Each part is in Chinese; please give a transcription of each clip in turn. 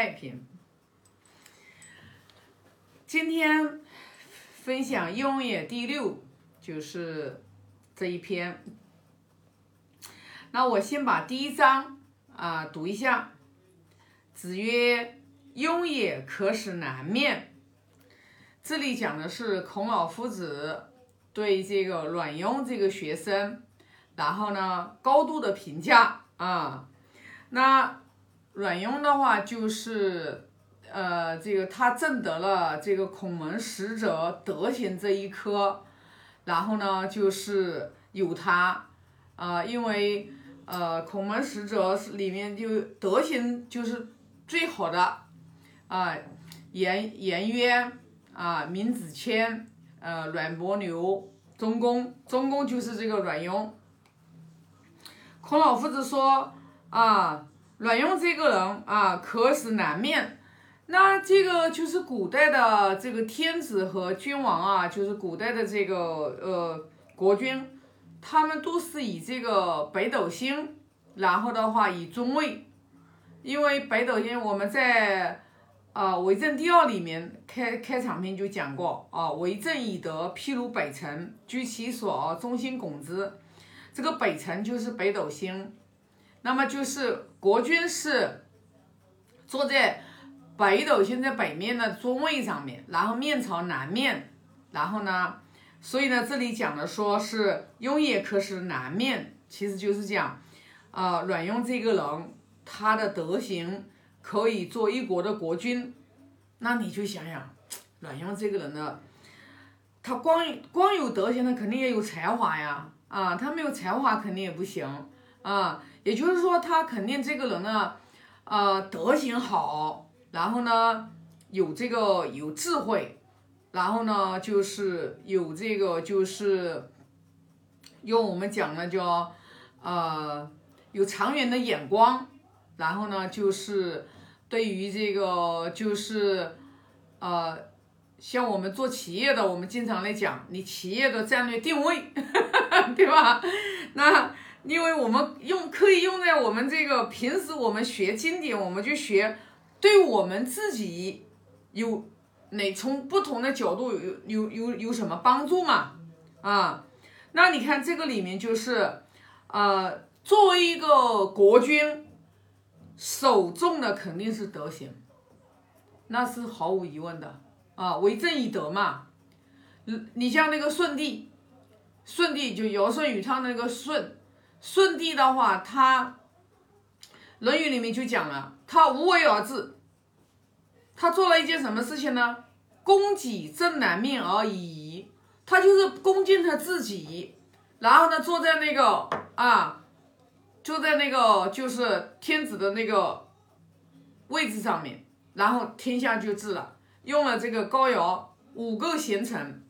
太平。今天分享《雍也》第6，就是这一篇。那我先把第1章读一下。子曰：“雍也，可使南面。”这里讲的是孔老夫子对这个阮雍这个学生，然后呢高度的评价啊。那阮雍的话就是这个他证得了这个孔门使者德行这一科，然后呢就是有他因为孔门使者里面就德行就是最好的颜渊闵子骞阮伯牛钟公就是这个阮雍。孔老夫子说阮雍这个人可使南面。那这个就是古代的这个天子和君王就是古代的这个国君，他们都是以这个北斗星，然后的话以中位。因为北斗星我们在为政第2里面开场篇就讲过为政以德，譬如北辰，居其所，中心拱之。这个北辰就是北斗星，那么就是国君是坐在北斗星在北面的中位上面，然后面朝南面，然后呢，所以呢这里讲的说是雍也可使南面，其实就是讲阮雍这个人他的德行可以做一国的国君。那你就想想阮雍这个人呢，他光有德行，他肯定也有才华呀他没有才华肯定也不行也就是说他肯定这个人呢德行好，然后呢有智慧，然后呢就是有这个就是用我们讲的叫有长远的眼光，然后呢就是对于这个就是像我们做企业的，我们经常来讲你企业的战略定位对吧？那因为我们可以用在我们这个平时我们学经典，我们就学对我们自己从不同的角度有什么帮助嘛那你看这个里面就是作为一个国君，首重的肯定是德行，那是毫无疑问的为政以德嘛。你像那个舜帝就尧舜禹汤那个舜帝的话，他《论语》里面就讲了，他无为而治。他做了一件什么事情呢？恭己正南面而已。他就是恭敬他自己，然后呢坐在那个就是天子的那个位置上面，然后天下就治了。用了这个高尧5个贤臣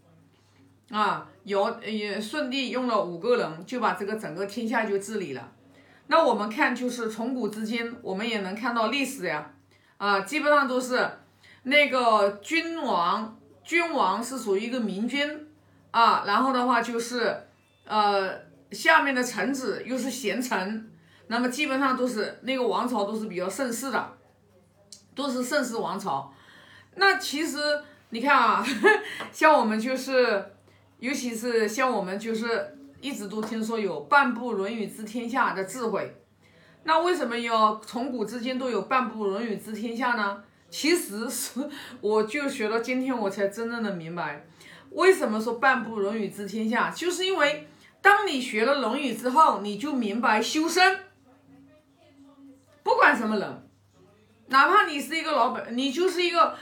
舜帝用了5个人，就把这个整个天下就治理了。那我们看就是从古至今，我们也能看到历史呀基本上都是那个君王是属于一个明君然后的话就是下面的臣子又是贤臣，那么基本上都是那个王朝都是比较盛世的，都是盛世王朝。那其实你看像我们就是尤其是像我们就是一直都听说有半部《论语》治天下的智慧。那为什么要从古至今都有半部《论语》治天下呢？其实是我就学到今天我才真正的明白，为什么说半部《论语》治天下，就是因为当你学了《论语》之后，你就明白修身，不管什么人，哪怕你是一个老板，你就是一个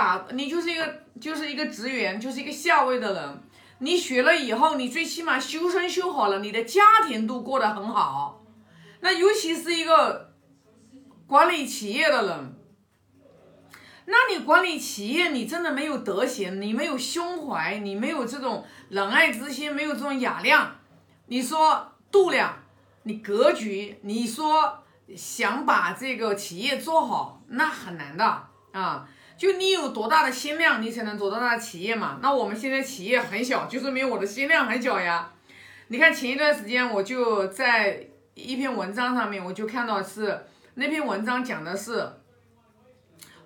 职员，就是一个下位的人，你学了以后，你最起码修身修好了，你的家庭都过得很好。那尤其是一个管理企业的人，那你管理企业，你真的没有德行，你没有胸怀，你没有这种仁爱之心，没有这种雅量，你说度量，你格局，你说想把这个企业做好，那很难的就你有多大的心量，你才能做多大的企业嘛。那我们现在企业很小，就说明我的心量很小呀。你看前一段时间我就在一篇文章上面，我就看到是那篇文章讲的是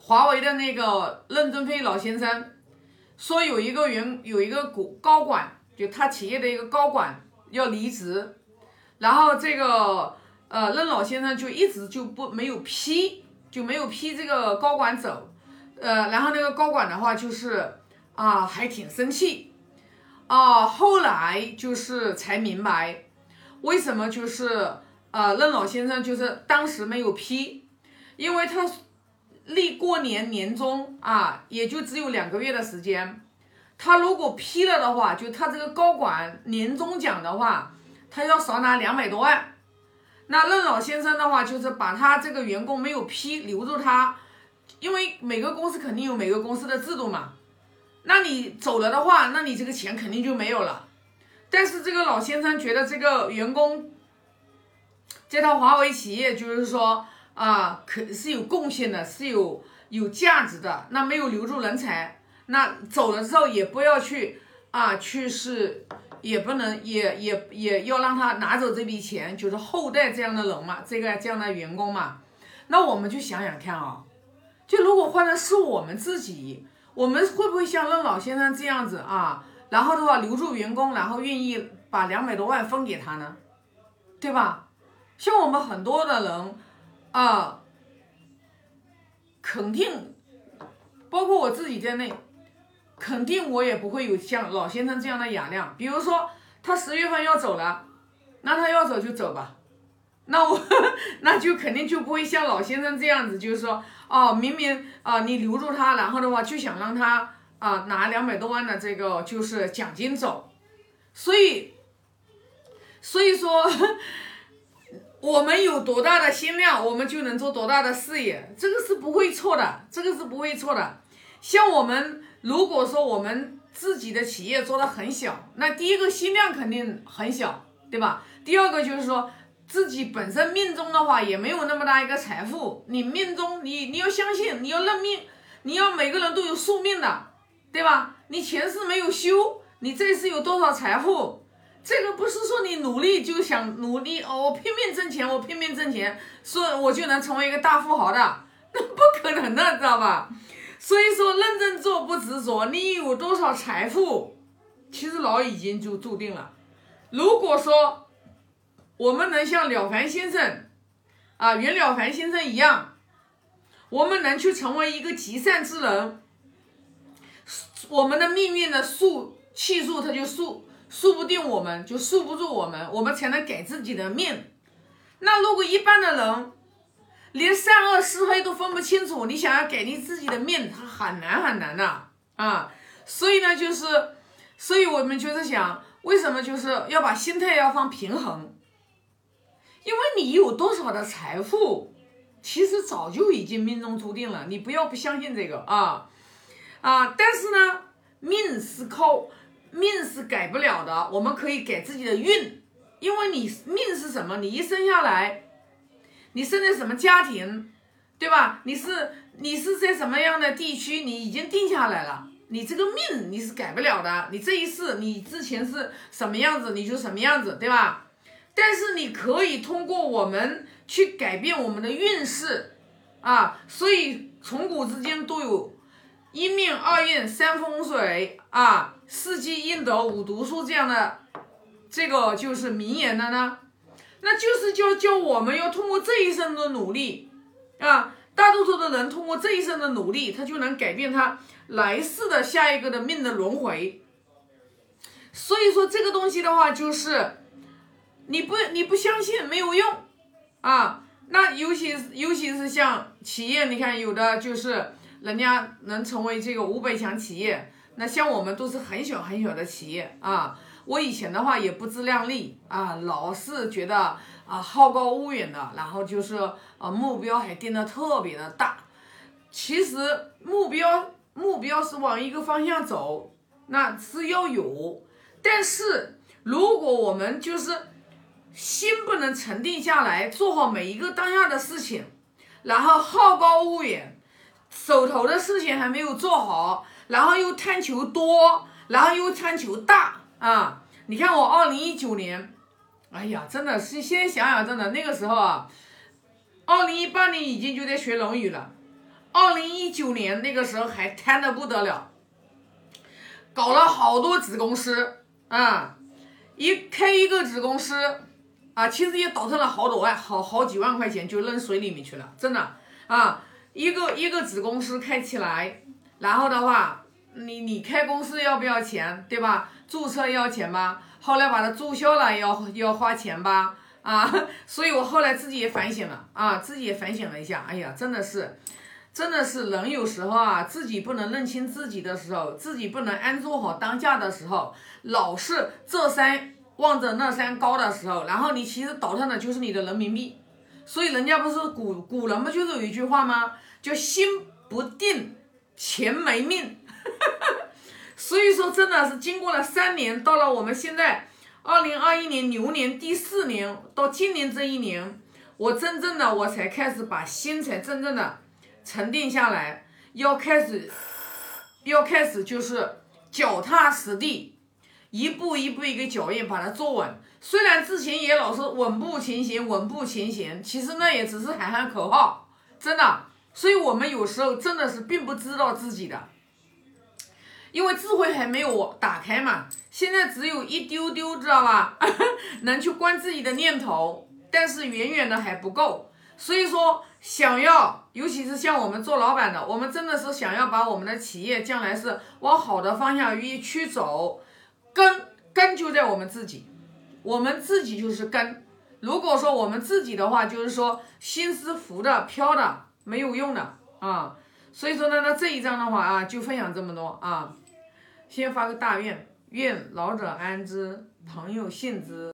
华为的那个任正非老先生说有一个高管，就他企业的一个高管要离职，然后这个任老先生就一直就没有批这个高管走，然后那个高管的话就是还挺生气后来就是才明白为什么就是任老先生就是当时没有批，因为他离过年终也就只有2个月的时间，他如果批了的话，就他这个高管年终奖的话，他要少拿200多万。那任老先生的话，就是把他这个员工没有批留住他，因为每个公司肯定有每个公司的制度嘛。那你走了的话，那你这个钱肯定就没有了。但是这个老先生觉得这个员工这套华为企业就是说是有贡献的，是有价值的，那没有留住人才，那走了之后也不要去也不能也要让他拿走这笔钱，就是后代这样的人嘛，这样的员工嘛。那我们就想想看就如果换的是我们自己，我们会不会像任老先生这样子然后的话留住员工，然后愿意把200多万分给他呢？对吧？像我们很多的人肯定包括我自己在内，肯定我也不会有像老先生这样的雅量。比如说他10月份要走了，那他要走就走吧，那就肯定就不会像老先生这样子，就是说明明你留住他，然后的话就想让他拿200多万的这个就是奖金走。所以说我们有多大的心量，我们就能做多大的事业，这个是不会错的，像我们如果说我们自己的企业做得很小，那第一个心量肯定很小，对吧？第二个就是说自己本身命中的话也没有那么大一个财富，你命中你要相信，你要认命，你要每个人都有宿命的，对吧？你前世没有修，你这世有多少财富？这个不是说你努力就想努力我拼命挣钱，说我就能成为一个大富豪的，那不可能的，知道吧？所以说认真做不执着，你有多少财富其实老已经就注定了。如果说我们能像了凡先生袁了凡先生一样，我们能去成为一个极善之人，我们的命运的气数它就束不定我们，就束不住我们，我们才能改自己的命。那如果一般的人连善恶是非都分不清楚，你想要改你自己的命，它很难的所以呢所以我们就是想，为什么就是要把心态要放平衡？因为你有多少的财富其实早就已经命中注定了，你不要不相信这个但是呢命是改不了的，我们可以改自己的运。因为你命是什么？你一生下来你生在什么家庭，对吧？你是在什么样的地区，你已经定下来了，你这个命你是改不了的，你这一世你之前是什么样子你就什么样子，对吧？但是你可以通过我们去改变我们的运势所以从古至今都有一命二运三风水四积阴德五读书这样的这个就是名言的呢。那就是叫我们要通过这一生的努力大多数的人通过这一生的努力，他就能改变他来世的下一个的命的轮回。所以说这个东西的话，就是你不相信没有用那尤其是像企业，你看有的就是人家能成为这个500强企业，那像我们都是很小的企业我以前的话也不自量力老是觉得好高骛远的，然后就是目标还定得特别的大。其实目标是往一个方向走，那是要有，但是如果我们就是心不能沉定下来，做好每一个当下的事情，然后好高骛远，手头的事情还没有做好，然后又贪求多，然后又贪求大你看我2019年，哎呀，真的是现在想想，真的那个时候2018年已经就在学《论语》了 2019年那个时候还贪得不得了，搞了好多子公司啊，开一个子公司啊，其实也倒腾了好多万，好几万块钱就扔水里面去了，真的啊，一个子公司开起来，然后的话，你开公司要不要钱，对吧？注册要钱吧，后来把它注销了要花钱吧，啊，所以我后来自己也反省了啊，自己也反省了一下，哎呀，真的是人有时候啊，自己不能认清自己的时候，自己不能安住好当下的时候，老是这山望着那山高的时候，然后你其实倒腾的就是你的人民币。所以人家不是古人不就是有一句话吗？叫心不定，钱没命。所以说真的是经过了3年，到了我们现在2021年牛年第4年，到今年这一年，我才开始把心才真正的沉淀下来，要开始就是脚踏实地，一步一个脚印把它做稳。虽然之前也老是稳步前行，其实那也只是喊喊口号，真的。所以我们有时候真的是并不知道自己的，因为智慧还没有打开嘛，现在只有一丢丢，知道吧？能去关自己的念头，但是远远的还不够。所以说想要，尤其是像我们做老板的，我们真的是想要把我们的企业将来是往好的方向去走，根就在我们自己，我们自己就是根。如果说我们自己的话，就是说心思浮的飘的没有用的啊。所以说呢，那这一章的话啊，就分享这么多啊。先发个大愿，愿老者安之，朋友信之。